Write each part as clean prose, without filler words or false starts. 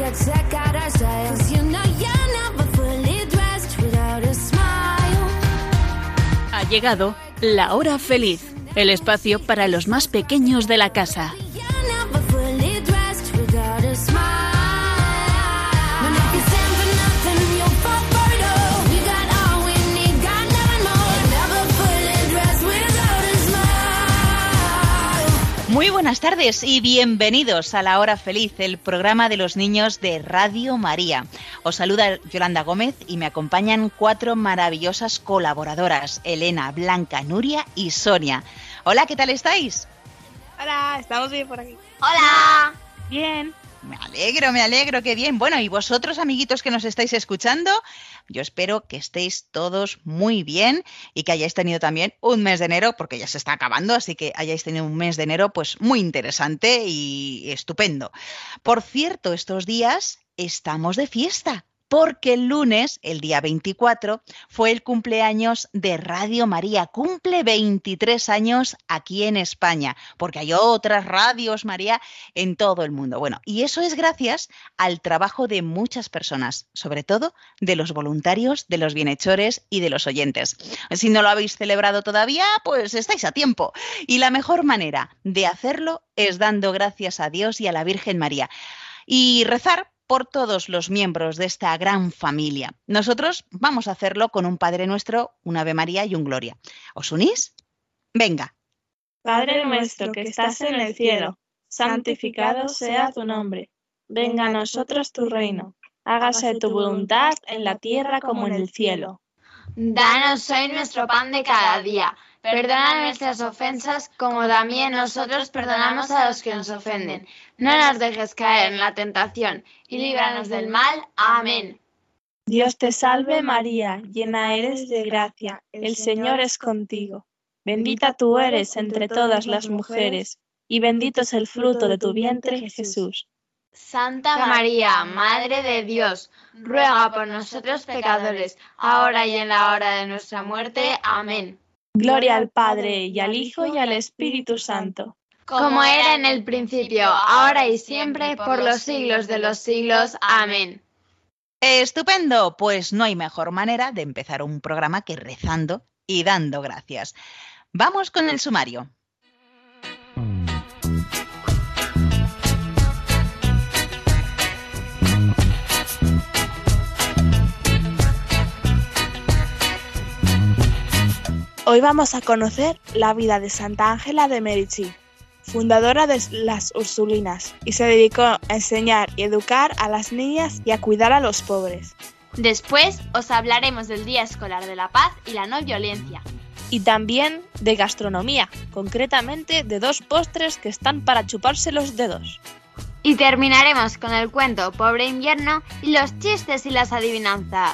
Ha llegado la hora feliz, el espacio para los más pequeños de la casa. Muy buenas tardes y bienvenidos a La Hora Feliz, el programa de los niños de Radio María. Os saluda Yolanda Gómez y me acompañan 4 maravillosas colaboradoras, Elena, Blanca, Nuria y Sonia. Hola, ¿qué tal estáis? Hola, estamos bien por aquí. Hola. Bien. Me alegro, qué bien. Bueno, y vosotros, amiguitos que nos estáis escuchando, yo espero que estéis todos muy bien y que hayáis tenido también un mes de enero, porque ya se está acabando, así que hayáis tenido un mes de enero pues muy interesante y estupendo. Por cierto, estos días estamos de fiesta, porque el lunes, el día 24, fue el cumpleaños de Radio María. Cumple 23 años aquí en España, porque hay otras radios María en todo el mundo. Bueno, y eso es gracias al trabajo de muchas personas, sobre todo de los voluntarios, de los bienhechores y de los oyentes. Si no lo habéis celebrado todavía, pues estáis a tiempo. Y la mejor manera de hacerlo es dando gracias a Dios y a la Virgen María. Y rezar por todos los miembros de esta gran familia. Nosotros vamos a hacerlo con un Padre Nuestro, un Ave María y un Gloria. ¿Os unís? Venga. Padre nuestro que estás en el cielo, santificado sea tu nombre. Venga a nosotros tu reino. Hágase tu voluntad en la tierra como en el cielo. Danos hoy nuestro pan de cada día. Perdona nuestras ofensas como también nosotros perdonamos a los que nos ofenden. No nos dejes caer en la tentación y líbranos del mal. Amén. Dios te salve María, llena eres de gracia, el Señor es contigo. Bendita tú eres entre todas las mujeres y bendito es el fruto de tu vientre, Jesús. Santa María, Madre de Dios, ruega por nosotros pecadores, ahora y en la hora de nuestra muerte. Amén. Gloria al Padre, y al Hijo, y al Espíritu Santo. Como era en el principio, ahora y siempre, por los siglos de los siglos. Amén. ¡Estupendo! Pues no hay mejor manera de empezar un programa que rezando y dando gracias. Vamos con el sumario. Hoy vamos a conocer la vida de Santa Ángela de Merici, fundadora de las Ursulinas, y se dedicó a enseñar y educar a las niñas y a cuidar a los pobres. Después os hablaremos del Día Escolar de la Paz y la No Violencia. Y también de gastronomía, concretamente de 2 postres que están para chuparse los dedos. Y terminaremos con el cuento Pobre Invierno y los chistes y las adivinanzas.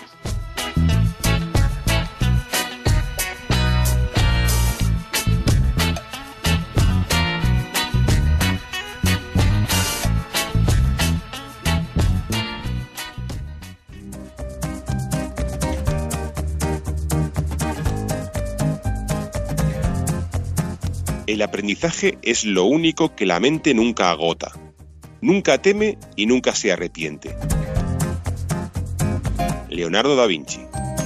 El aprendizaje es lo único que la mente nunca agota. Nunca teme y nunca se arrepiente. Leonardo da Vinci.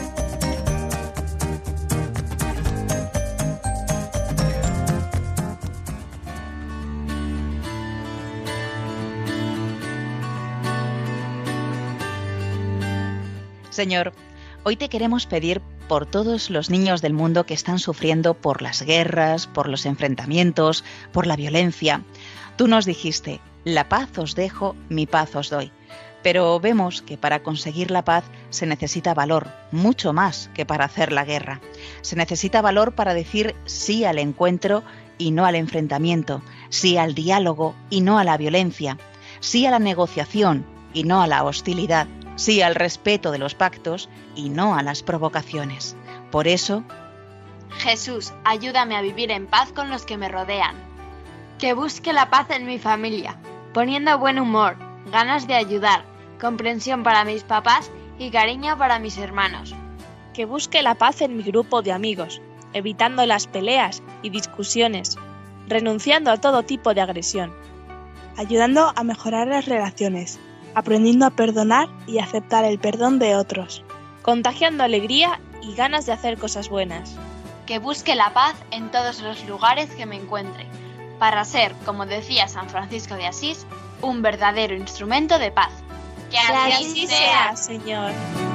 Señor, hoy te queremos pedir por todos los niños del mundo que están sufriendo por las guerras, por los enfrentamientos, por la violencia. Tú nos dijiste, la paz os dejo, mi paz os doy. Pero vemos que para conseguir la paz se necesita valor, mucho más que para hacer la guerra. Se necesita valor para decir sí al encuentro y no al enfrentamiento, sí al diálogo y no a la violencia, sí a la negociación y no a la hostilidad, sí al respeto de los pactos y no a las provocaciones. Por eso, Jesús, ayúdame a vivir en paz con los que me rodean. Que busque la paz en mi familia, poniendo buen humor, ganas de ayudar, comprensión para mis papás y cariño para mis hermanos. Que busque la paz en mi grupo de amigos, evitando las peleas y discusiones, renunciando a todo tipo de agresión, ayudando a mejorar las relaciones, aprendiendo a perdonar y aceptar el perdón de otros, contagiando alegría y ganas de hacer cosas buenas. Que busque la paz en todos los lugares que me encuentre, para ser, como decía San Francisco de Asís, un verdadero instrumento de paz. Que así sea, Señor.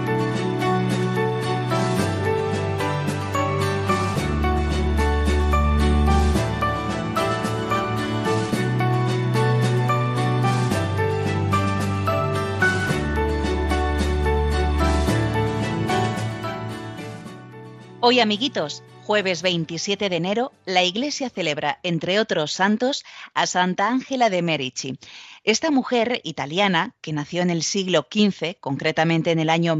Hoy, amiguitos, jueves 27 de enero, la Iglesia celebra, entre otros santos, a Santa Ángela de Merici. Esta mujer italiana, que nació en el siglo XV, concretamente en el año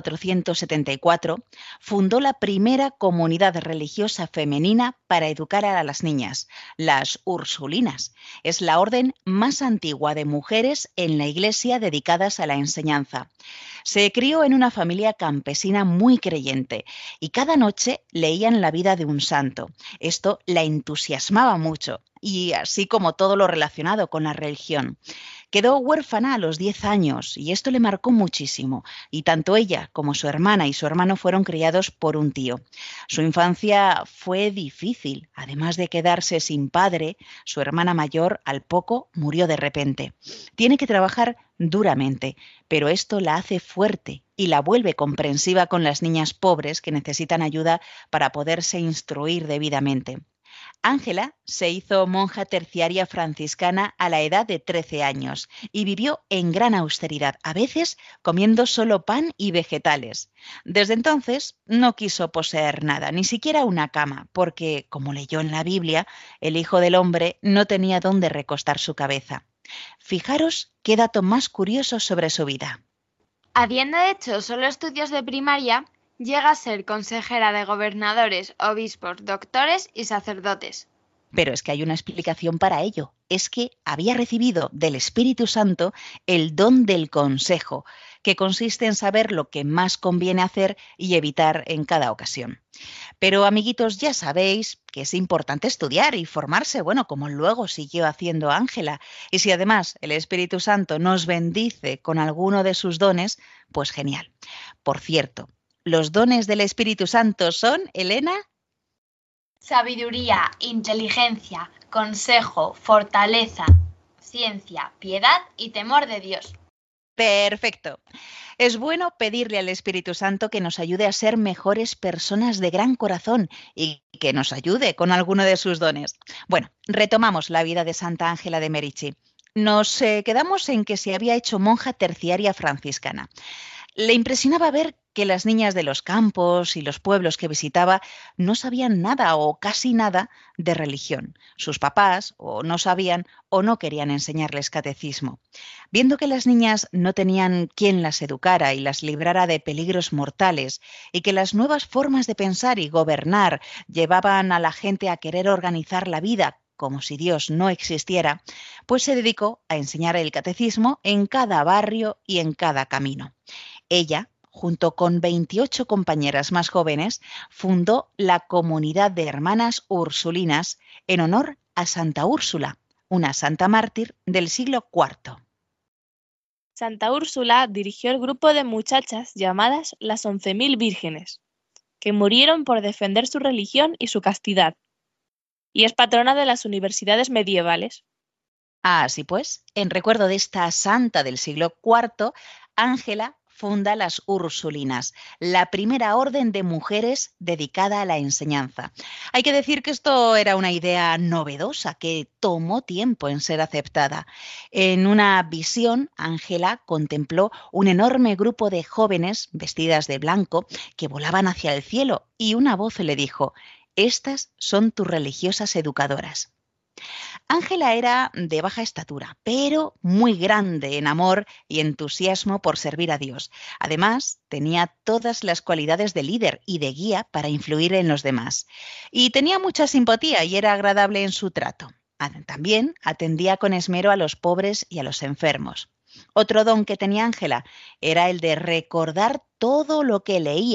1474, fundó la primera comunidad religiosa femenina para educar a las niñas, las Ursulinas. Es la orden más antigua de mujeres en la Iglesia dedicadas a la enseñanza. Se crió en una familia campesina muy creyente y cada noche leían la vida de un santo. Esto la entusiasmaba mucho, y así como todo lo relacionado con la religión. Quedó huérfana a los 10 años y esto le marcó muchísimo, y tanto ella como su hermana y su hermano fueron criados por un tío. Su infancia fue difícil, además de quedarse sin padre, su hermana mayor al poco murió de repente. Tiene que trabajar duramente, pero esto la hace fuerte y la vuelve comprensiva con las niñas pobres que necesitan ayuda para poderse instruir debidamente. Ángela se hizo monja terciaria franciscana a la edad de 13 años y vivió en gran austeridad, a veces comiendo solo pan y vegetales. Desde entonces no quiso poseer nada, ni siquiera una cama, porque, como leyó en la Biblia, el Hijo del Hombre no tenía dónde recostar su cabeza. Fijaros qué dato más curioso sobre su vida. Habiendo hecho solo estudios de primaria, llega a ser consejera de gobernadores, obispos, doctores y sacerdotes. Pero es que hay una explicación para ello. Es que había recibido del Espíritu Santo el don del consejo, que consiste en saber lo que más conviene hacer y evitar en cada ocasión. Pero, amiguitos, ya sabéis que es importante estudiar y formarse, bueno, como luego siguió haciendo Ángela. Y si además el Espíritu Santo nos bendice con alguno de sus dones, pues genial. Por cierto, los dones del Espíritu Santo son, Elena, sabiduría, inteligencia, consejo, fortaleza, ciencia, piedad y temor de Dios. Perfecto. Es bueno pedirle al Espíritu Santo que nos ayude a ser mejores personas de gran corazón y que nos ayude con alguno de sus dones. Bueno, retomamos la vida de Santa Ángela de Merici. Nos quedamos en que se había hecho monja terciaria franciscana. Le impresionaba ver que las niñas de los campos y los pueblos que visitaba no sabían nada o casi nada de religión. Sus papás o no sabían o no querían enseñarles catecismo. Viendo que las niñas no tenían quien las educara y las librara de peligros mortales y que las nuevas formas de pensar y gobernar llevaban a la gente a querer organizar la vida como si Dios no existiera, pues se dedicó a enseñar el catecismo en cada barrio y en cada camino. Ella, junto con 28 compañeras más jóvenes, fundó la comunidad de hermanas ursulinas en honor a Santa Úrsula, una santa mártir del siglo IV. Santa Úrsula dirigió el grupo de muchachas llamadas las 11.000 vírgenes, que murieron por defender su religión y su castidad, y es patrona de las universidades medievales. Así pues, en recuerdo de esta santa del siglo IV, Ángela funda las Ursulinas, la primera orden de mujeres dedicada a la enseñanza. Hay que decir que esto era una idea novedosa que tomó tiempo en ser aceptada. En una visión, Ángela contempló un enorme grupo de jóvenes vestidas de blanco que volaban hacia el cielo y una voz le dijo: «Estas son tus religiosas educadoras». Ángela era de baja estatura, pero muy grande en amor y entusiasmo por servir a Dios. Además, tenía todas las cualidades de líder y de guía para influir en los demás. Y tenía mucha simpatía y era agradable en su trato. También atendía con esmero a los pobres y a los enfermos. Otro don que tenía Ángela era el de recordar todo lo que leía.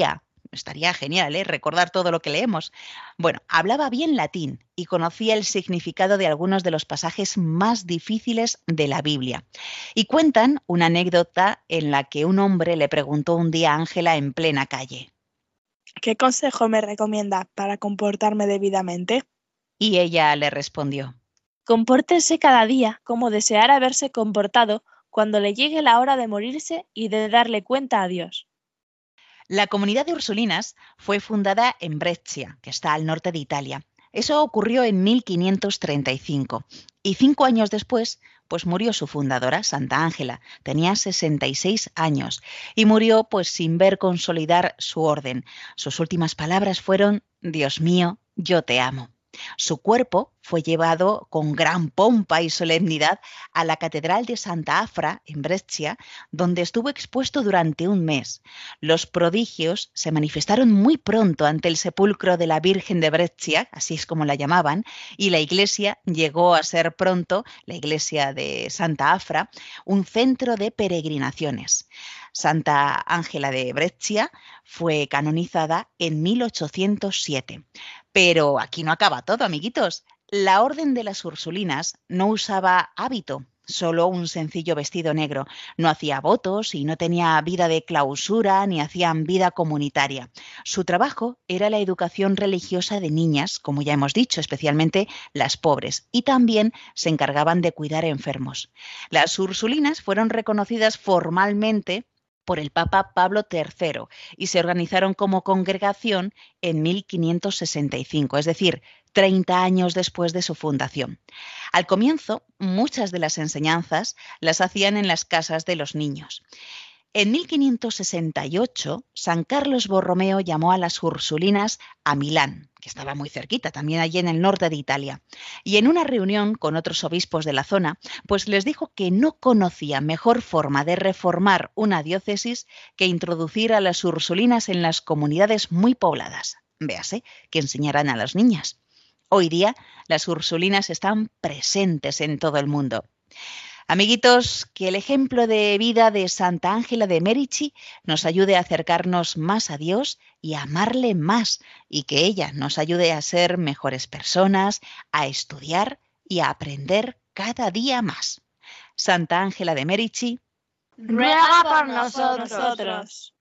Estaría genial, ¿eh? Recordar todo lo que leemos. Bueno, hablaba bien latín y conocía el significado de algunos de los pasajes más difíciles de la Biblia. Y cuentan una anécdota en la que un hombre le preguntó un día a Ángela en plena calle. ¿Qué consejo me recomienda para comportarme debidamente? Y ella le respondió. Compórtese cada día como deseara haberse comportado cuando le llegue la hora de morirse y de darle cuenta a Dios. La comunidad de Ursulinas fue fundada en Brescia, que está al norte de Italia. Eso ocurrió en 1535 y 5 años después, pues murió su fundadora, Santa Ángela. Tenía 66 años y murió pues sin ver consolidar su orden. Sus últimas palabras fueron: Dios mío, yo te amo. Su cuerpo fue llevado con gran pompa y solemnidad a la Catedral de Santa Afra, en Brescia, donde estuvo expuesto durante un mes. Los prodigios se manifestaron muy pronto ante el sepulcro de la Virgen de Brescia, así es como la llamaban, y la iglesia llegó a ser pronto, la iglesia de Santa Afra, un centro de peregrinaciones. Santa Ángela de Brescia fue canonizada en 1807. Pero aquí no acaba todo, amiguitos. La Orden de las Ursulinas no usaba hábito, solo un sencillo vestido negro. No hacía votos y no tenía vida de clausura ni hacían vida comunitaria. Su trabajo era la educación religiosa de niñas, como ya hemos dicho, especialmente las pobres, y también se encargaban de cuidar enfermos. Las Ursulinas fueron reconocidas formalmente por el Papa Pablo III y se organizaron como congregación en 1565, es decir, 30 años después de su fundación. Al comienzo, muchas de las enseñanzas las hacían en las casas de los niños. En 1568, San Carlos Borromeo llamó a las Ursulinas a Milán, que estaba muy cerquita, también allí en el norte de Italia, y en una reunión con otros obispos de la zona, pues les dijo que no conocía mejor forma de reformar una diócesis que introducir a las Ursulinas en las comunidades muy pobladas. Véase, que enseñarán a las niñas. Hoy día, las Ursulinas están presentes en todo el mundo. Amiguitos, que el ejemplo de vida de Santa Ángela de Merici nos ayude a acercarnos más a Dios y a amarle más, y que ella nos ayude a ser mejores personas, a estudiar y a aprender cada día más. Santa Ángela de Merici, ruega por nosotros. Nosotros.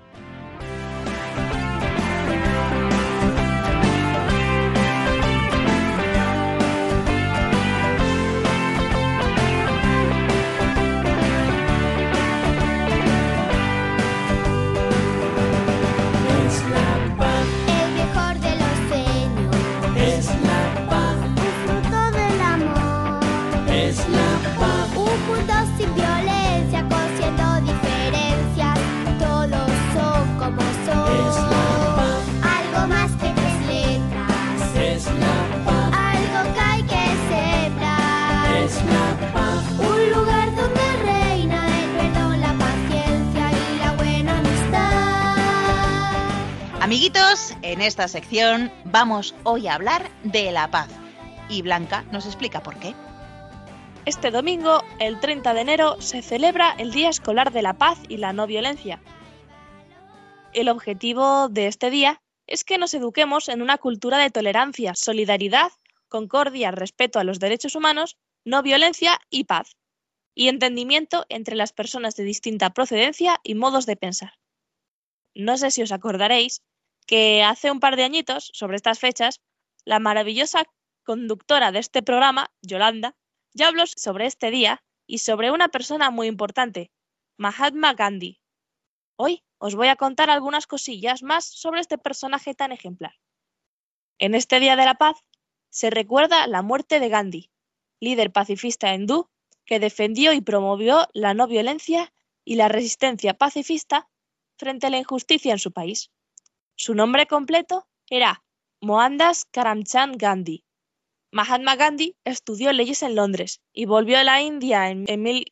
El mejor de los sueños es la paz, un fruto del amor es la paz, un mundo sin violencia, cosiendo diferencias, todos son como son, es la paz, algo más que 3 letras, es la paz, algo que hay que sembrar, es la paz, un lugar donde reina el perdón, la paciencia y la buena amistad. amiguitos, en esta sección vamos hoy a hablar de la paz. Y Blanca nos explica por qué. Este domingo, el 30 de enero, se celebra el Día Escolar de la Paz y la No Violencia. El objetivo de este día es que nos eduquemos en una cultura de tolerancia, solidaridad, concordia, respeto a los derechos humanos, no violencia y paz, y entendimiento entre las personas de distinta procedencia y modos de pensar. No sé si os acordaréis que hace un par de añitos, sobre estas fechas, la maravillosa conductora de este programa, Yolanda, ya habló sobre este día y sobre una persona muy importante, Mahatma Gandhi. Hoy os voy a contar algunas cosillas más sobre este personaje tan ejemplar. En este Día de la Paz se recuerda la muerte de Gandhi, líder pacifista hindú que defendió y promovió la no violencia y la resistencia pacifista frente a la injusticia en su país. Su nombre completo era Mohandas Karamchand Gandhi. Mahatma Gandhi estudió leyes en Londres y volvió a la India en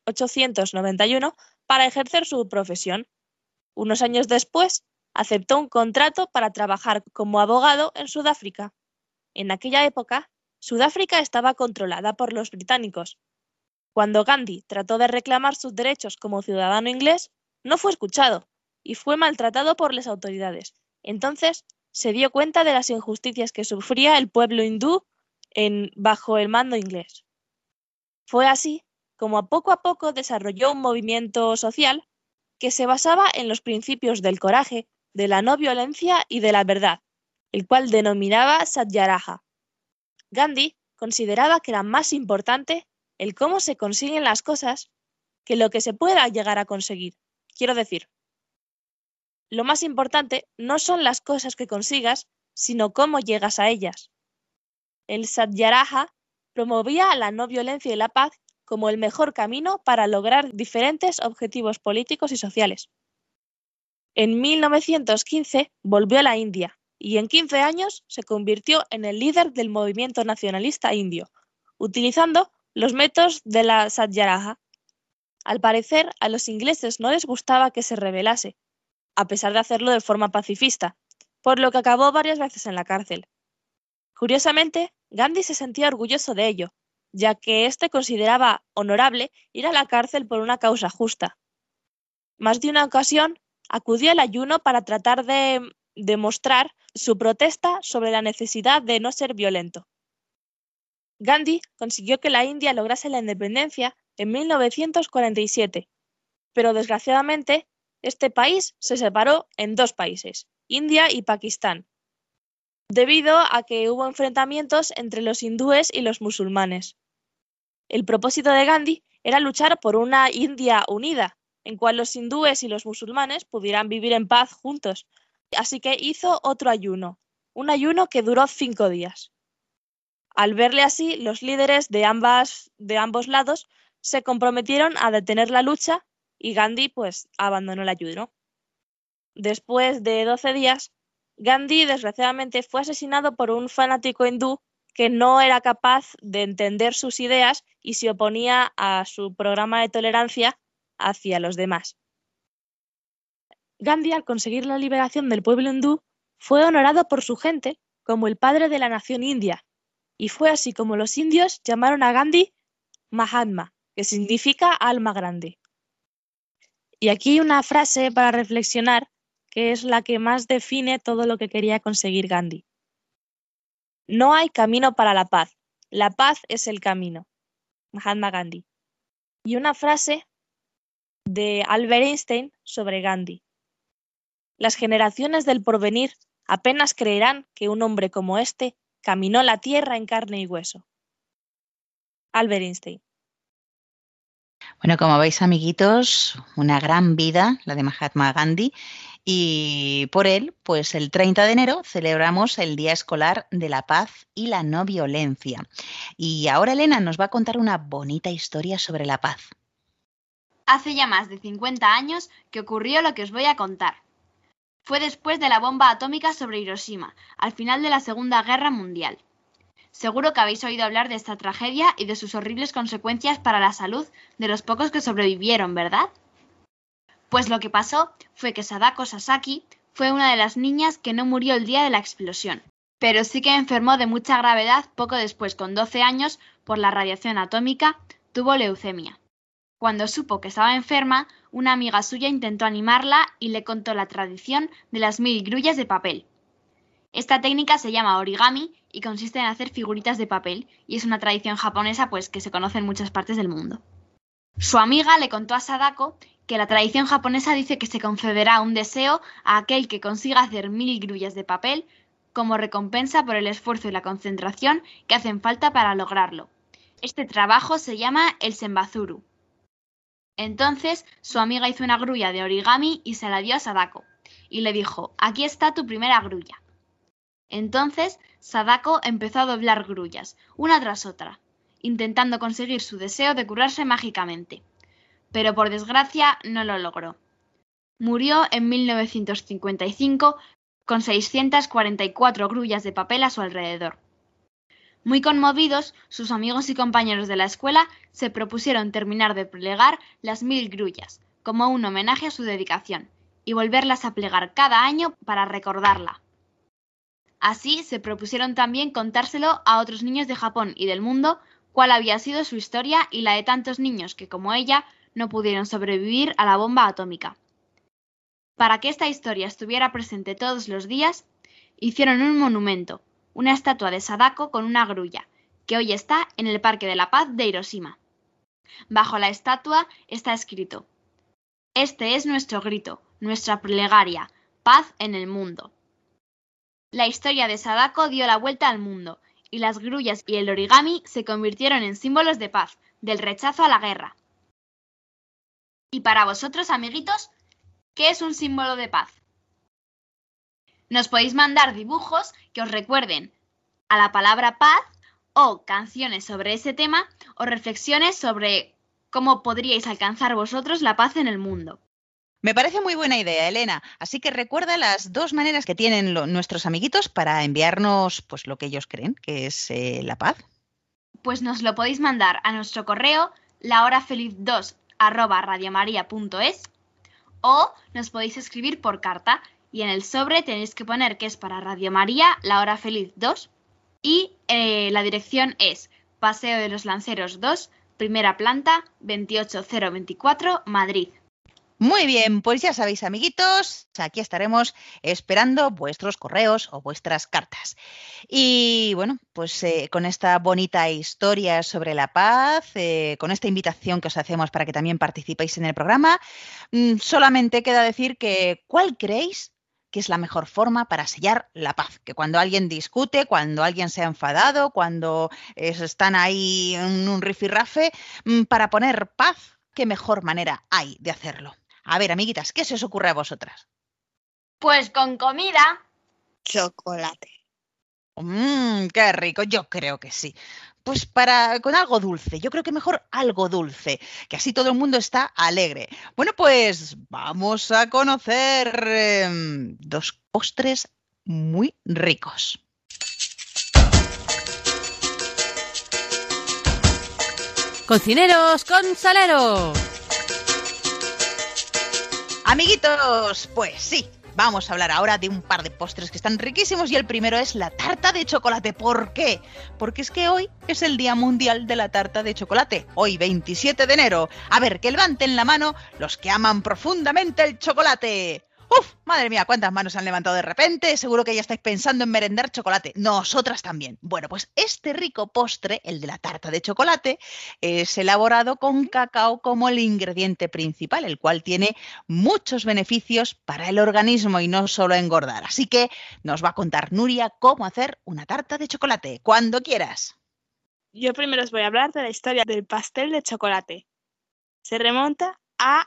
1891 para ejercer su profesión. Unos años después, aceptó un contrato para trabajar como abogado en Sudáfrica. En aquella época, Sudáfrica estaba controlada por los británicos. Cuando Gandhi trató de reclamar sus derechos como ciudadano inglés, no fue escuchado y fue maltratado por las autoridades, Entonces se dio cuenta de las injusticias que sufría el pueblo hindú bajo el mando inglés. Fue así como a poco desarrolló un movimiento social que se basaba en los principios del coraje, de la no violencia y de la verdad, el cual denominaba Satyaraja. Gandhi consideraba que era más importante el cómo se consiguen las cosas que lo que se pueda llegar a conseguir. Quiero decir, lo más importante no son las cosas que consigas, sino cómo llegas a ellas. El Satyaraja promovía la no violencia y la paz como el mejor camino para lograr diferentes objetivos políticos y sociales. En 1915 volvió a la India y en 15 años se convirtió en el líder del movimiento nacionalista indio, utilizando los métodos de la Satyaraja. Al parecer, a los ingleses no les gustaba que se rebelase, a pesar de hacerlo de forma pacifista, por lo que acabó varias veces en la cárcel. Curiosamente, Gandhi se sentía orgulloso de ello, ya que éste consideraba honorable ir a la cárcel por una causa justa. Más de una ocasión, acudió al ayuno para tratar de demostrar su protesta sobre la necesidad de no ser violento. Gandhi consiguió que la India lograse la independencia en 1947, pero desgraciadamente este país se separó en dos países, India y Pakistán, debido a que hubo enfrentamientos entre los hindúes y los musulmanes. El propósito de Gandhi era luchar por una India unida, en cual los hindúes y los musulmanes pudieran vivir en paz juntos. Así que hizo otro ayuno, un ayuno que duró 5 días. Al verle así, los líderes de ambos lados se comprometieron a detener la lucha y Gandhi abandonó el ayuno. Después de 12 días, Gandhi desgraciadamente fue asesinado por un fanático hindú que no era capaz de entender sus ideas y se oponía a su programa de tolerancia hacia los demás. Gandhi, al conseguir la liberación del pueblo hindú, fue honorado por su gente como el padre de la nación india, y fue así como los indios llamaron a Gandhi Mahatma, que significa alma grande. Y aquí una frase para reflexionar, que es la que más define todo lo que quería conseguir Gandhi. No hay camino para la paz es el camino. Mahatma Gandhi. Y una frase de Albert Einstein sobre Gandhi. Las generaciones del porvenir apenas creerán que un hombre como este caminó la tierra en carne y hueso. Albert Einstein. Bueno, como veis, amiguitos, una gran vida, la de Mahatma Gandhi, y por él, pues el 30 de enero celebramos el Día Escolar de la Paz y la No Violencia. Y ahora Elena nos va a contar una bonita historia sobre la paz. Hace ya más de 50 años que ocurrió lo que os voy a contar. Fue después de la bomba atómica sobre Hiroshima, al final de la Segunda Guerra Mundial. Seguro que habéis oído hablar de esta tragedia y de sus horribles consecuencias para la salud de los pocos que sobrevivieron, ¿verdad? Pues lo que pasó fue que Sadako Sasaki fue una de las niñas que no murió el día de la explosión, pero sí que enfermó de mucha gravedad poco después, con 12 años, por la radiación atómica, tuvo leucemia. Cuando supo que estaba enferma, una amiga suya intentó animarla y le contó la tradición de las 1000 grullas de papel. Esta técnica se llama origami y consiste en hacer figuritas de papel, y es una tradición japonesa que se conoce en muchas partes del mundo. Su amiga le contó a Sadako que la tradición japonesa dice que se concederá un deseo a aquel que consiga hacer 1000 grullas de papel como recompensa por el esfuerzo y la concentración que hacen falta para lograrlo. Este trabajo se llama el senbazuru. Entonces su amiga hizo una grulla de origami y se la dio a Sadako, y le dijo: «Aquí está tu primera grulla». Entonces Sadako empezó a doblar grullas, una tras otra, intentando conseguir su deseo de curarse mágicamente. Pero por desgracia no lo logró. Murió en 1955 con 644 grullas de papel a su alrededor. Muy conmovidos, sus amigos y compañeros de la escuela se propusieron terminar de plegar las 1000 grullas, como un homenaje a su dedicación, y volverlas a plegar cada año para recordarla. Así se propusieron también contárselo a otros niños de Japón y del mundo cuál había sido su historia y la de tantos niños que, como ella, no pudieron sobrevivir a la bomba atómica. Para que esta historia estuviera presente todos los días, hicieron un monumento, una estatua de Sadako con una grulla, que hoy está en el Parque de la Paz de Hiroshima. Bajo la estatua está escrito: "Este es nuestro grito, nuestra plegaria, paz en el mundo". La historia de Sadako dio la vuelta al mundo, y las grullas y el origami se convirtieron en símbolos de paz, del rechazo a la guerra. Y para vosotros, amiguitos, ¿qué es un símbolo de paz? Nos podéis mandar dibujos que os recuerden a la palabra paz, o canciones sobre ese tema, o reflexiones sobre cómo podríais alcanzar vosotros la paz en el mundo. Me parece muy buena idea, Elena. Así que recuerda las dos maneras que tienen nuestros amiguitos para enviarnos pues, lo que ellos creen que es la paz. Pues nos lo podéis mandar a nuestro correo lahorafeliz2@radiomaria.es, o nos podéis escribir por carta, y en el sobre tenéis que poner que es para Radio María, La Hora Feliz 2, y la dirección es Paseo de los Lanceros 2, primera planta, 28024, Madrid. Muy bien, pues ya sabéis, amiguitos, aquí estaremos esperando vuestros correos o vuestras cartas. Y bueno, pues con esta bonita historia sobre la paz, con esta invitación que os hacemos para que también participéis en el programa, solamente queda decir que ¿cuál creéis que es la mejor forma para sellar la paz? Que cuando alguien discute, cuando alguien se ha enfadado, cuando están ahí en un rifirrafe, para poner paz, ¿qué mejor manera hay de hacerlo? A ver, amiguitas, ¿qué se os ocurre a vosotras? Pues con comida. Chocolate. Qué rico, yo creo que sí. Pues con algo dulce, yo creo que mejor algo dulce, que así todo el mundo está alegre. Bueno, pues vamos a conocer dos postres muy ricos. Cocineros con Salero. Amiguitos, pues sí, vamos a hablar ahora de un par de postres que están riquísimos y el primero es la tarta de chocolate. ¿Por qué? Porque es que hoy es el Día Mundial de la Tarta de Chocolate, hoy 27 de enero. A ver, que levanten la mano los que aman profundamente el chocolate. ¡Uf! Madre mía, cuántas manos han levantado de repente. Seguro que ya estáis pensando en merendar chocolate. Nosotras también. Bueno, pues este rico postre, el de la tarta de chocolate, es elaborado con cacao como el ingrediente principal, el cual tiene muchos beneficios para el organismo y no solo engordar. Así que nos va a contar Nuria cómo hacer una tarta de chocolate. Cuando quieras. Yo primero os voy a hablar de la historia del pastel de chocolate. Se remonta a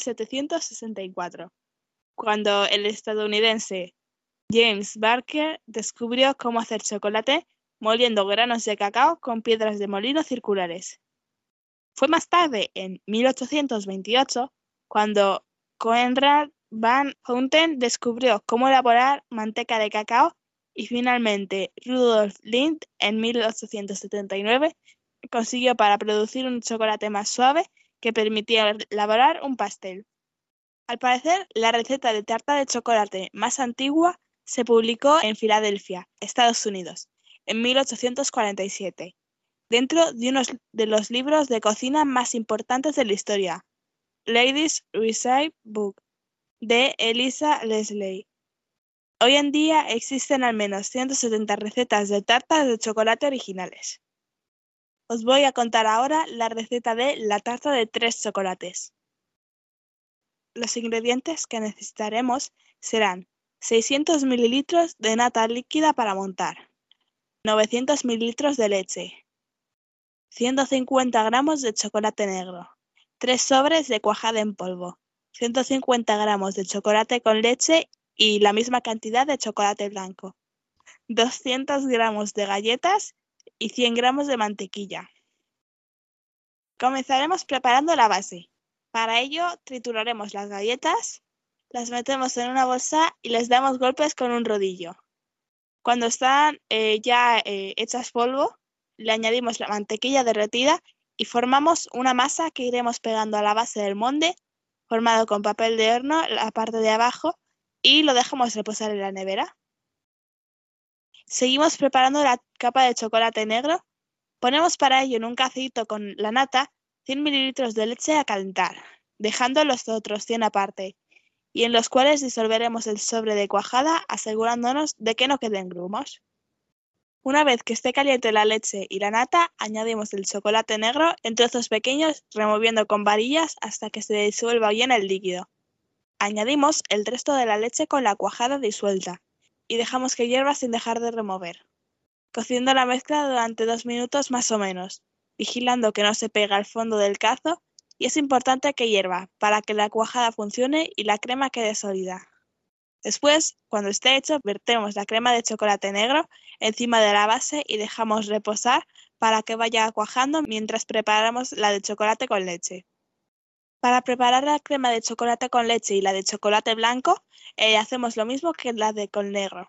1764. Cuando el estadounidense James Barker descubrió cómo hacer chocolate moliendo granos de cacao con piedras de molino circulares. Fue más tarde, en 1828, cuando Conrad van Houten descubrió cómo elaborar manteca de cacao y finalmente Rudolf Lindt en 1879 consiguió para producir un chocolate más suave que permitía elaborar un pastel. Al parecer, la receta de tarta de chocolate más antigua se publicó en Filadelfia, Estados Unidos, en 1847, dentro de uno de los libros de cocina más importantes de la historia, Ladies' Recipe Book, de Eliza Leslie. Hoy en día existen al menos 170 recetas de tartas de chocolate originales. Os voy a contar ahora la receta de la tarta de 3 chocolates. Los ingredientes que necesitaremos serán 600 mililitros de nata líquida para montar, 900 mililitros de leche, 150 gramos de chocolate negro, 3 sobres de cuajada en polvo, 150 gramos de chocolate con leche y la misma cantidad de chocolate blanco, 200 gramos de galletas y 100 gramos de mantequilla. Comenzaremos preparando la base. Para ello, trituraremos las galletas, las metemos en una bolsa y les damos golpes con un rodillo. Cuando están ya hechas polvo, le añadimos la mantequilla derretida y formamos una masa que iremos pegando a la base del molde, formado con papel de horno, la parte de abajo, y lo dejamos reposar en la nevera. Seguimos preparando la capa de chocolate negro. Ponemos para ello en un cacerito con la nata 100 mililitros de leche a calentar, dejando los otros 100 aparte, y en los cuales disolveremos el sobre de cuajada asegurándonos de que no queden grumos. Una vez que esté caliente la leche y la nata, añadimos el chocolate negro en trozos pequeños, removiendo con varillas hasta que se disuelva bien el líquido. Añadimos el resto de la leche con la cuajada disuelta y dejamos que hierva sin dejar de remover, cociendo la mezcla durante 2 minutos más o menos, vigilando que no se pegue al fondo del cazo, y es importante que hierva para que la cuajada funcione y la crema quede sólida. Después, cuando esté hecho, vertemos la crema de chocolate negro encima de la base y dejamos reposar para que vaya cuajando mientras preparamos la de chocolate con leche. Para preparar la crema de chocolate con leche y la de chocolate blanco, hacemos lo mismo que la de con negro.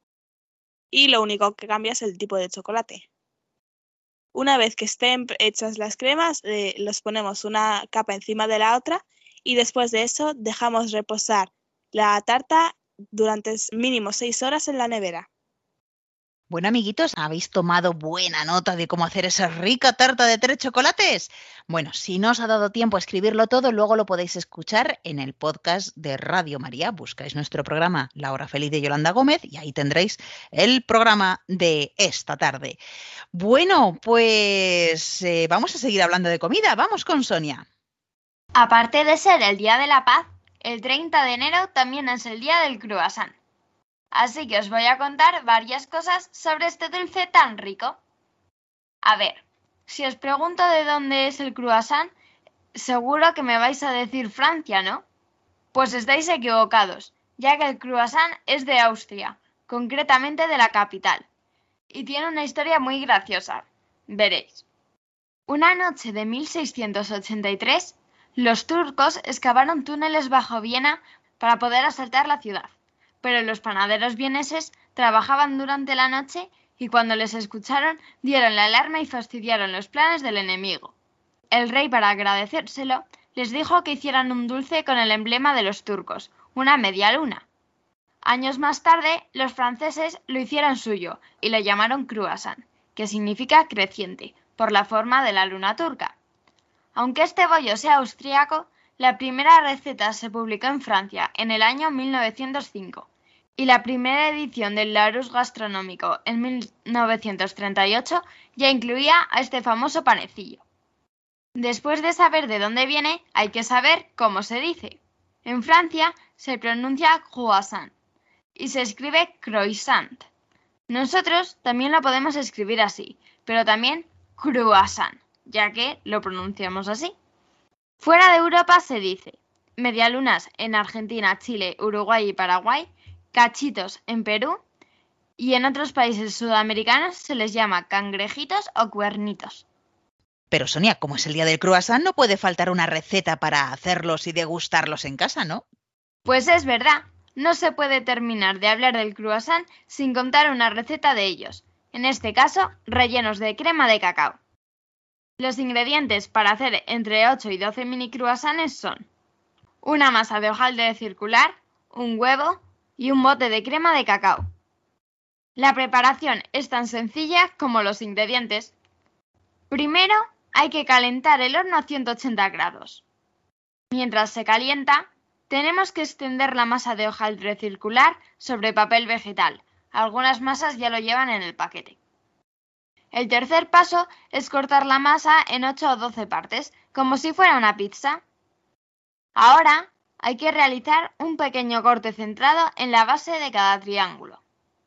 Y lo único que cambia es el tipo de chocolate. Una vez que estén hechas las cremas, los ponemos una capa encima de la otra y después de eso dejamos reposar la tarta durante mínimo 6 horas en la nevera. Bueno, amiguitos, ¿habéis tomado buena nota de cómo hacer esa rica tarta de 3 chocolates? Bueno, si no os ha dado tiempo a escribirlo todo, luego lo podéis escuchar en el podcast de Radio María. Buscáis nuestro programa La Hora Feliz de Yolanda Gómez y ahí tendréis el programa de esta tarde. Bueno, pues vamos a seguir hablando de comida. Vamos con Sonia. Aparte de ser el Día de la Paz, el 30 de enero también es el Día del Croissant. Así que os voy a contar varias cosas sobre este dulce tan rico. A ver, si os pregunto de dónde es el croissant, seguro que me vais a decir Francia, ¿no? Pues estáis equivocados, ya que el croissant es de Austria, concretamente de la capital, y tiene una historia muy graciosa. Veréis. Una noche de 1683, los turcos excavaron túneles bajo Viena para poder asaltar la ciudad. Pero los panaderos vieneses trabajaban durante la noche y cuando les escucharon dieron la alarma y fastidiaron los planes del enemigo. El rey, para agradecérselo, les dijo que hicieran un dulce con el emblema de los turcos, una media luna. Años más tarde, los franceses lo hicieron suyo y lo llamaron croissant, que significa creciente, por la forma de la luna turca. Aunque este bollo sea austriaco, la primera receta se publicó en Francia en el año 1905 y la primera edición del Larousse gastronómico en 1938 ya incluía a este famoso panecillo. Después de saber de dónde viene, hay que saber cómo se dice. En Francia se pronuncia croissant y se escribe croissant. Nosotros también lo podemos escribir así, pero también croissant, ya que lo pronunciamos así. Fuera de Europa se dice medialunas en Argentina, Chile, Uruguay y Paraguay, cachitos en Perú y en otros países sudamericanos se les llama cangrejitos o cuernitos. Pero Sonia, como es el día del croissant, no puede faltar una receta para hacerlos y degustarlos en casa, ¿no? Pues es verdad, no se puede terminar de hablar del croissant sin contar una receta de ellos, en este caso rellenos de crema de cacao. Los ingredientes para hacer entre 8 y 12 mini croissants son una masa de hojaldre circular, un huevo y un bote de crema de cacao. La preparación es tan sencilla como los ingredientes. Primero hay que calentar el horno a 180 grados. Mientras se calienta, tenemos que extender la masa de hojaldre circular sobre papel vegetal. Algunas masas ya lo llevan en el paquete. El tercer paso es cortar la masa en 8 o 12 partes, como si fuera una pizza. Ahora hay que realizar un pequeño corte centrado en la base de cada triángulo.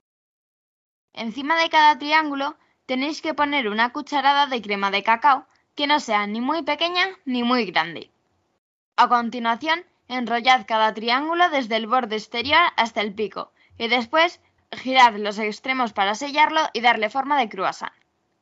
Encima de cada triángulo tenéis que poner una cucharada de crema de cacao, que no sea ni muy pequeña ni muy grande. A continuación, enrollad cada triángulo desde el borde exterior hasta el pico, y después girad los extremos para sellarlo y darle forma de croissant.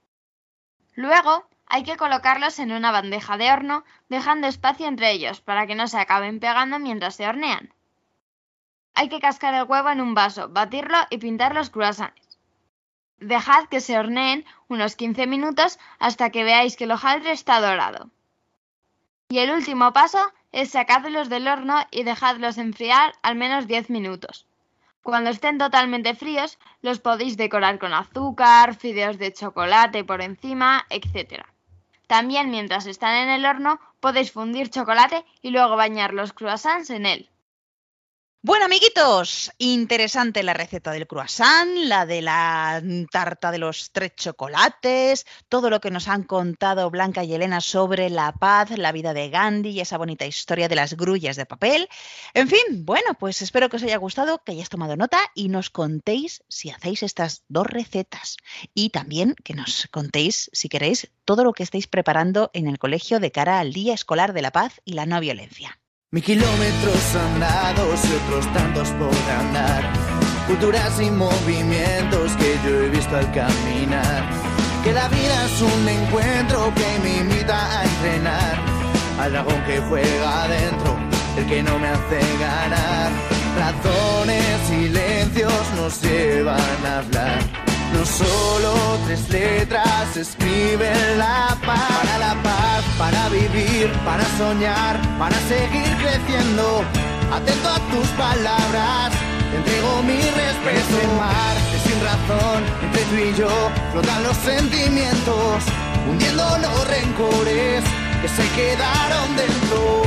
Luego hay que colocarlos en una bandeja de horno, dejando espacio entre ellos para que no se acaben pegando mientras se hornean. Hay que cascar el huevo en un vaso, batirlo y pintar los croissants. Dejad que se horneen unos 15 minutos hasta que veáis que el hojaldre está dorado. Y el último paso es sacarlos del horno y dejadlos enfriar al menos 10 minutos. Cuando estén totalmente fríos, los podéis decorar con azúcar, fideos de chocolate por encima, etc. También mientras están en el horno podéis fundir chocolate y luego bañar los croissants en él. Bueno, amiguitos, interesante la receta del croissant, la de la tarta de los 3 chocolates, todo lo que nos han contado Blanca y Elena sobre la paz, la vida de Gandhi y esa bonita historia de las grullas de papel. En fin, bueno, pues espero que os haya gustado, que hayáis tomado nota y nos contéis si hacéis estas 2 recetas. Y también que nos contéis, si queréis, todo lo que estáis preparando en el colegio de cara al Día Escolar de la Paz y la No Violencia. 1000 kilómetros andados y otros tantos por andar, culturas y movimientos que yo he visto al caminar, que la vida es un encuentro que me invita a entrenar, al dragón que juega adentro, el que no me hace ganar, razones, silencios nos llevan a hablar, no solo 3 letras escriben la paz, para vivir, para soñar, para seguir creciendo, atento a tus palabras, te entrego mi respeto. El mar es sin razón, entre tú y yo flotan los sentimientos, hundiendo los rencores que se quedaron dentro.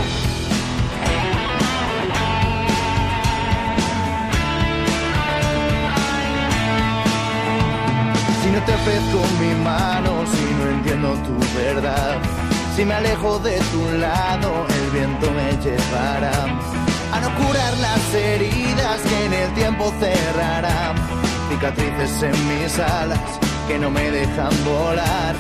Si no te ofrezco mi mano, si no entiendo tu verdad, si me alejo de tu lado, el viento me llevará a no curar las heridas que en el tiempo cerrarán, cicatrices en mis alas que no me dejan volar.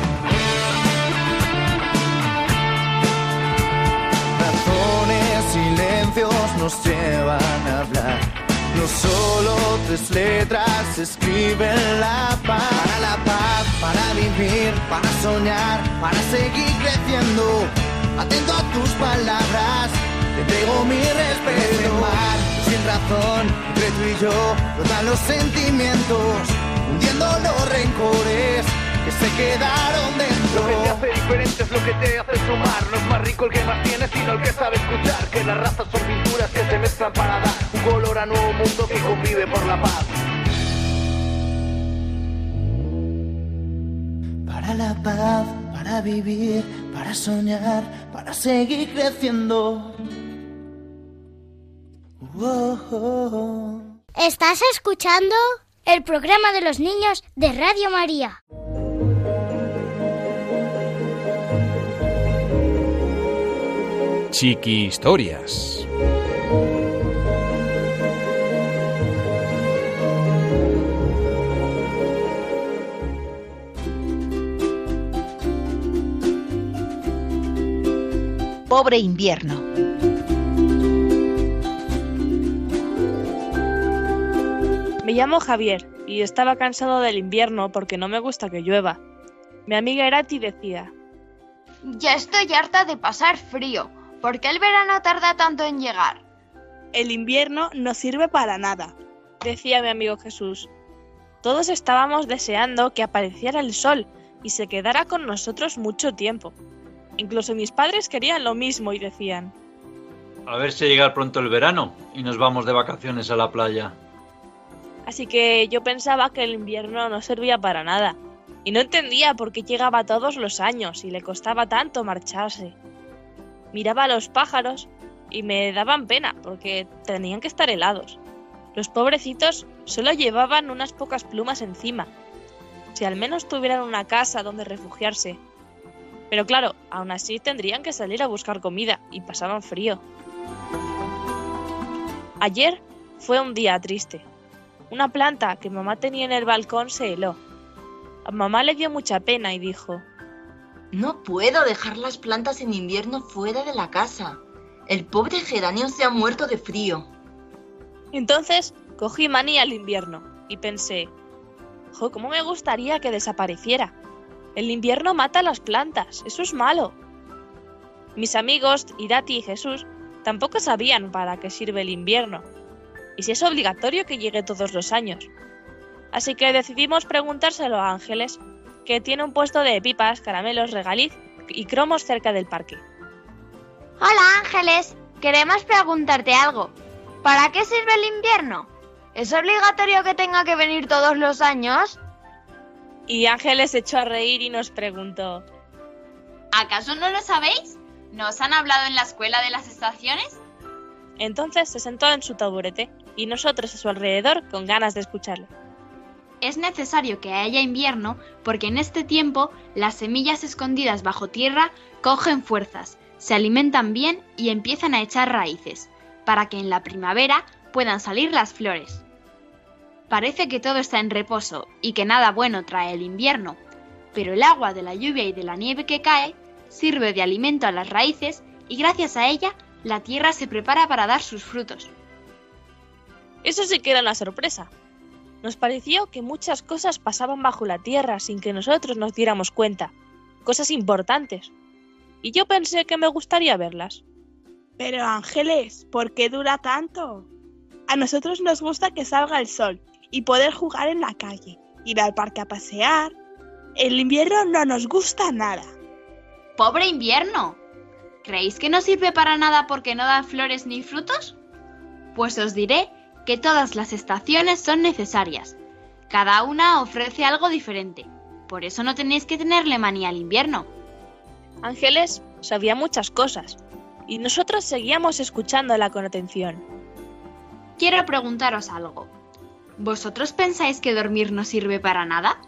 Razones, silencios nos llevan a hablar, no solo 3 letras escriben la paz, para vivir, para soñar, para seguir creciendo, atento a tus palabras, te entrego mi respeto. El mar, sin razón, entre tú y yo, flotan los sentimientos, hundiendo los rencores que se quedaron dentro. Lo que te hace diferente es lo que te hace sumar, no es más rico el que más tiene, sino el que sabe escuchar, que las razas son pinturas que se mezclan para dar un color a nuevo mundo que convive por la paz. Para la paz, para vivir, para soñar, para seguir creciendo. ¿Estás escuchando? El programa de los niños de Radio María. Chiqui Historias. Pobre invierno. Me llamo Javier y estaba cansado del invierno porque no me gusta que llueva. Mi amiga Erati decía: Ya estoy harta de pasar frío. ¿Por qué el verano tarda tanto en llegar? El invierno no sirve para nada, decía mi amigo Jesús. Todos estábamos deseando que apareciera el sol y se quedara con nosotros mucho tiempo. Incluso mis padres querían lo mismo y decían: A ver si llega pronto el verano y nos vamos de vacaciones a la playa. Así que yo pensaba que el invierno no servía para nada y no entendía por qué llegaba todos los años y le costaba tanto marcharse. Miraba a los pájaros y me daban pena porque tenían que estar helados. Los pobrecitos solo llevaban unas pocas plumas encima. Si al menos tuvieran una casa donde refugiarse. Pero claro, aún así tendrían que salir a buscar comida y pasaban frío. Ayer fue un día triste. Una planta que mamá tenía en el balcón se heló. A mamá le dio mucha pena y dijo: No puedo dejar las plantas en invierno fuera de la casa. El pobre geranio se ha muerto de frío. Entonces cogí manía al invierno y pensé: ¿cómo me gustaría que desapareciera? El invierno mata a las plantas, eso es malo. Mis amigos, Irati y Jesús, tampoco sabían para qué sirve el invierno y si es obligatorio que llegue todos los años. Así que decidimos preguntárselo a Ángeles, que tiene un puesto de pipas, caramelos, regaliz y cromos cerca del parque. Hola Ángeles, queremos preguntarte algo. ¿Para qué sirve el invierno? ¿Es obligatorio que tenga que venir todos los años? Y Ángeles se echó a reír y nos preguntó: ¿Acaso no lo sabéis? ¿No os han hablado en la escuela de las estaciones? Entonces se sentó en su taburete y nosotros a su alrededor con ganas de escucharle. Es necesario que haya invierno porque en este tiempo las semillas escondidas bajo tierra cogen fuerzas, se alimentan bien y empiezan a echar raíces, para que en la primavera puedan salir las flores. Parece que todo está en reposo y que nada bueno trae el invierno, pero el agua de la lluvia y de la nieve que cae sirve de alimento a las raíces y gracias a ella la tierra se prepara para dar sus frutos. Eso sí que era una sorpresa. Nos pareció que muchas cosas pasaban bajo la tierra sin que nosotros nos diéramos cuenta, cosas importantes. Y yo pensé que me gustaría verlas. Pero Ángeles, ¿por qué dura tanto? A nosotros nos gusta que salga el sol y poder jugar en la calle, ir al parque a pasear. El invierno no nos gusta nada. ¡Pobre invierno! ¿Creéis que no sirve para nada porque no da flores ni frutos? Pues os diré que todas las estaciones son necesarias. Cada una ofrece algo diferente. Por eso no tenéis que tenerle manía al invierno. Ángeles sabía muchas cosas y nosotros seguíamos escuchándola con atención. Quiero preguntaros algo. ¿Vosotros pensáis que dormir no sirve para nada?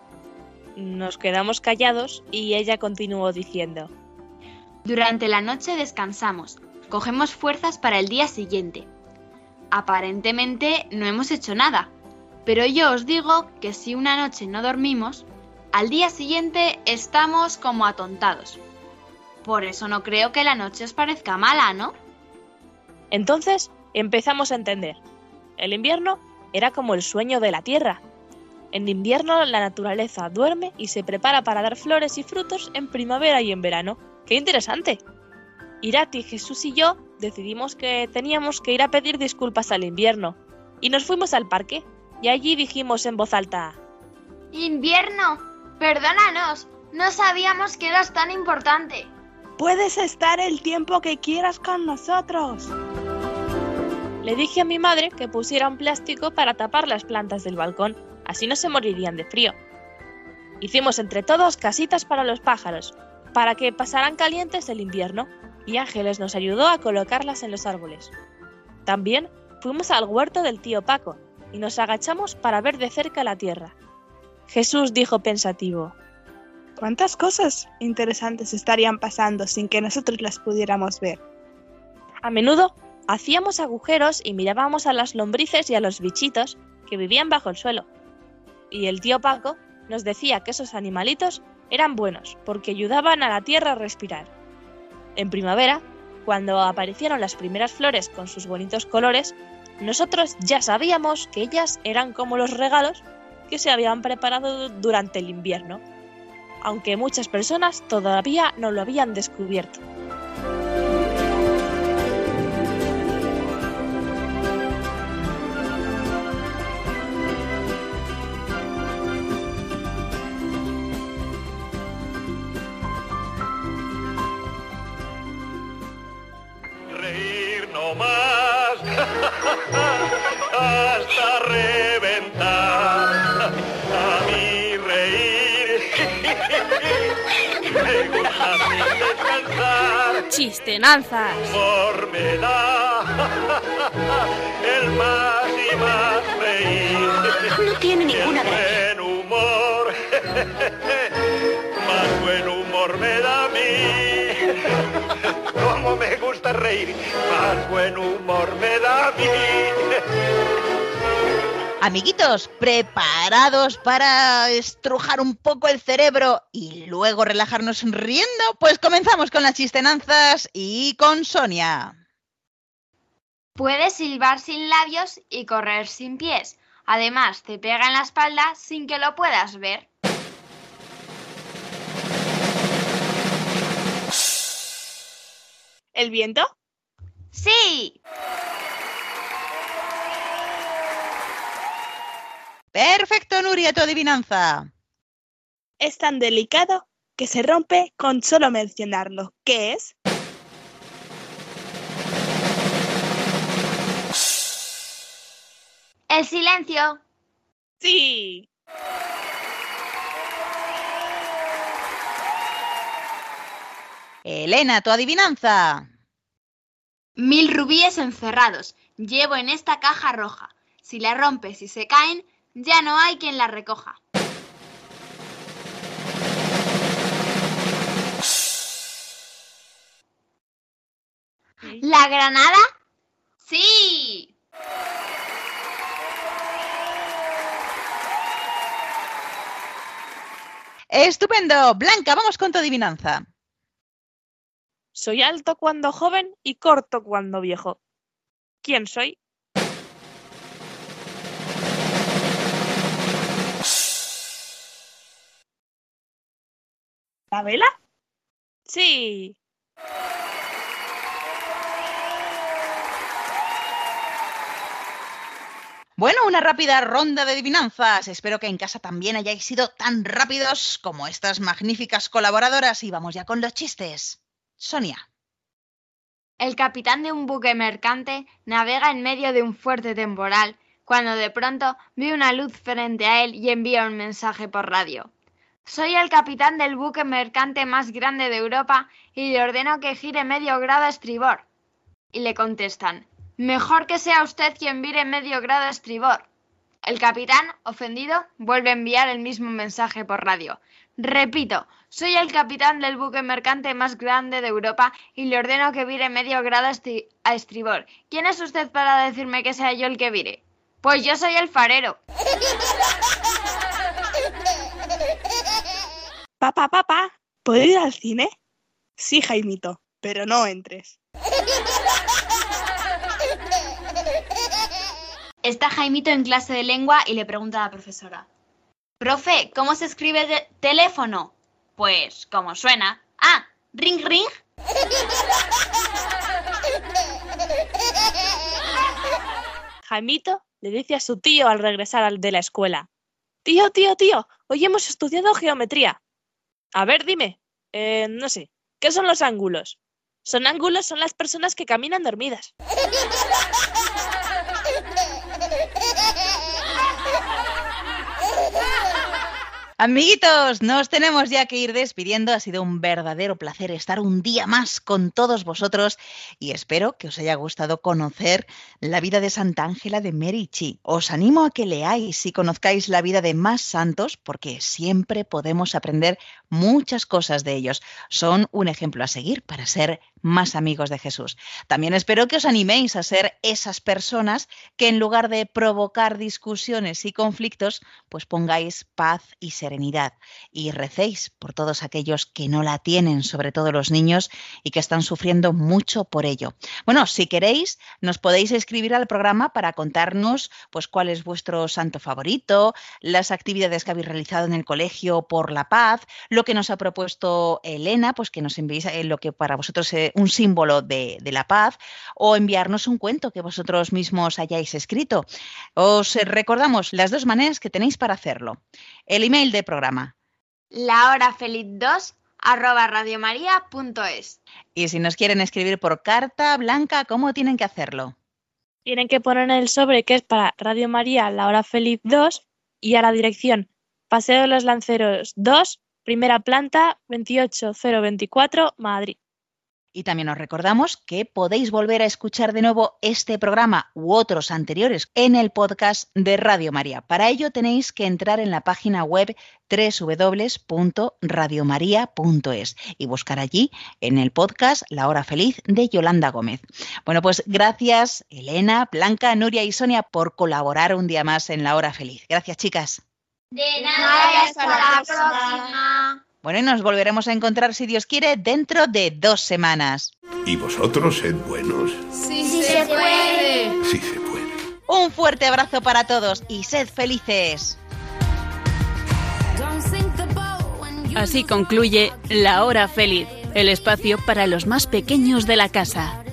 Nos quedamos callados y ella continuó diciendo: Durante la noche descansamos, cogemos fuerzas para el día siguiente. Aparentemente no hemos hecho nada, pero yo os digo que si una noche no dormimos, al día siguiente estamos como atontados. Por eso no creo que la noche os parezca mala, ¿no? Entonces empezamos a entender. El invierno era como el sueño de la tierra. En invierno la naturaleza duerme y se prepara para dar flores y frutos en primavera y en verano. ¡Qué interesante! Irati, Jesús y yo decidimos que teníamos que ir a pedir disculpas al invierno y nos fuimos al parque y allí dijimos en voz alta: ¡Invierno! Perdónanos, no sabíamos que eras tan importante. Puedes estar el tiempo que quieras con nosotros. Le dije a mi madre que pusiera un plástico para tapar las plantas del balcón, así no se morirían de frío. Hicimos entre todos casitas para los pájaros, para que pasaran calientes el invierno, y Ángeles nos ayudó a colocarlas en los árboles. También fuimos al huerto del tío Paco y nos agachamos para ver de cerca la tierra. Jesús dijo pensativo: ¿Cuántas cosas interesantes estarían pasando sin que nosotros las pudiéramos ver? A menudo hacíamos agujeros y mirábamos a las lombrices y a los bichitos que vivían bajo el suelo. Y el tío Paco nos decía que esos animalitos eran buenos porque ayudaban a la tierra a respirar. En primavera, cuando aparecieron las primeras flores con sus bonitos colores, nosotros ya sabíamos que ellas eran como los regalos que se habían preparado durante el invierno, aunque muchas personas todavía no lo habían descubierto. Reír no más hasta reventar. A mí reír me gusta sin descansar. Chistenanzas. Humor me da el más y más reír. No tiene ninguna gracia. Buen humor, más buen humor me da a mí. Cómo me gusta reír, más buen humor me da a mí. Amiguitos, ¿preparados para estrujar un poco el cerebro y luego relajarnos riendo? Pues comenzamos con las chistenanzas y con Sonia. Puedes silbar sin labios y correr sin pies. Además, te pega en la espalda sin que lo puedas ver. ¿El viento? ¡Sí! Perfecto, Nuria, tu adivinanza. Es tan delicado que se rompe con solo mencionarlo. ¿Qué es? ¡El silencio! ¡Sí! Elena, tu adivinanza. 1000 rubíes encerrados llevo en esta caja roja. Si la rompes y se caen, ya no hay quien la recoja. ¿La granada? ¡Sí! ¡Estupendo! Blanca, vamos con tu adivinanza. Soy alto cuando joven y corto cuando viejo. ¿Quién soy? ¿La vela? Sí. Bueno, una rápida ronda de adivinanzas. Espero que en casa también hayáis sido tan rápidos como estas magníficas colaboradoras. Y vamos ya con los chistes. Sonia. El capitán de un buque mercante navega en medio de un fuerte temporal, cuando de pronto ve una luz frente a él y envía un mensaje por radio. Soy el capitán del buque mercante más grande de Europa y le ordeno que gire medio grado a estribor. Y le contestan: mejor que sea usted quien vire medio grado a estribor. El capitán, ofendido, vuelve a enviar el mismo mensaje por radio. Repito, soy el capitán del buque mercante más grande de Europa y le ordeno que vire medio grado a estribor. ¿Quién es usted para decirme que sea yo el que vire? Pues yo soy el farero. Papá, ¿puedo ir al cine? Sí, Jaimito, pero no entres. Está Jaimito en clase de lengua y le pregunta a la profesora: profe, ¿cómo se escribe teléfono? Pues, ¿cómo suena? Ah, ring ring. Jaimito le dice a su tío al regresar de la escuela: Tío, hoy hemos estudiado geometría. A ver, dime, no sé, ¿qué son los ángulos? Son las personas que caminan dormidas. Amiguitos, nos tenemos ya que ir despidiendo. Ha sido un verdadero placer estar un día más con todos vosotros y espero que os haya gustado conocer la vida de Santa Ángela de Merici. Os animo a que leáis y conozcáis la vida de más santos porque siempre podemos aprender muchas cosas de ellos. Son un ejemplo a seguir para ser más amigos de Jesús. También espero que os animéis a ser esas personas que en lugar de provocar discusiones y conflictos, pues pongáis paz y serenidad y recéis por todos aquellos que no la tienen, sobre todo los niños, y que están sufriendo mucho por ello. Bueno, si queréis, nos podéis escribir al programa para contarnos pues cuál es vuestro santo favorito, las actividades que habéis realizado en el colegio por la paz, lo que nos ha propuesto Elena, pues que nos enviéis lo que para vosotros es un símbolo de la paz, o enviarnos un cuento que vosotros mismos hayáis escrito. Os recordamos las dos maneras que tenéis para hacerlo. El email del programa: lahorafeliz2@radiomaria.es. Y si nos quieren escribir por carta, Blanca, ¿cómo tienen que hacerlo? Tienen que poner en el sobre que es para Radio María La Hora Feliz 2 y a la dirección Paseo de los Lanceros 2, primera planta, 28024, Madrid. Y también os recordamos que podéis volver a escuchar de nuevo este programa u otros anteriores en el podcast de Radio María. Para ello tenéis que entrar en la página web www.radiomaria.es y buscar allí en el podcast La Hora Feliz de Yolanda Gómez. Bueno, pues gracias Elena, Blanca, Nuria y Sonia por colaborar un día más en La Hora Feliz. Gracias, chicas. De nada, hasta la próxima. Bueno, y nos volveremos a encontrar, si Dios quiere, dentro de 2 semanas. ¿Y vosotros sed buenos? Sí se puede. Sí se puede. Un fuerte abrazo para todos y sed felices. Así concluye La Hora Feliz, el espacio para los más pequeños de la casa.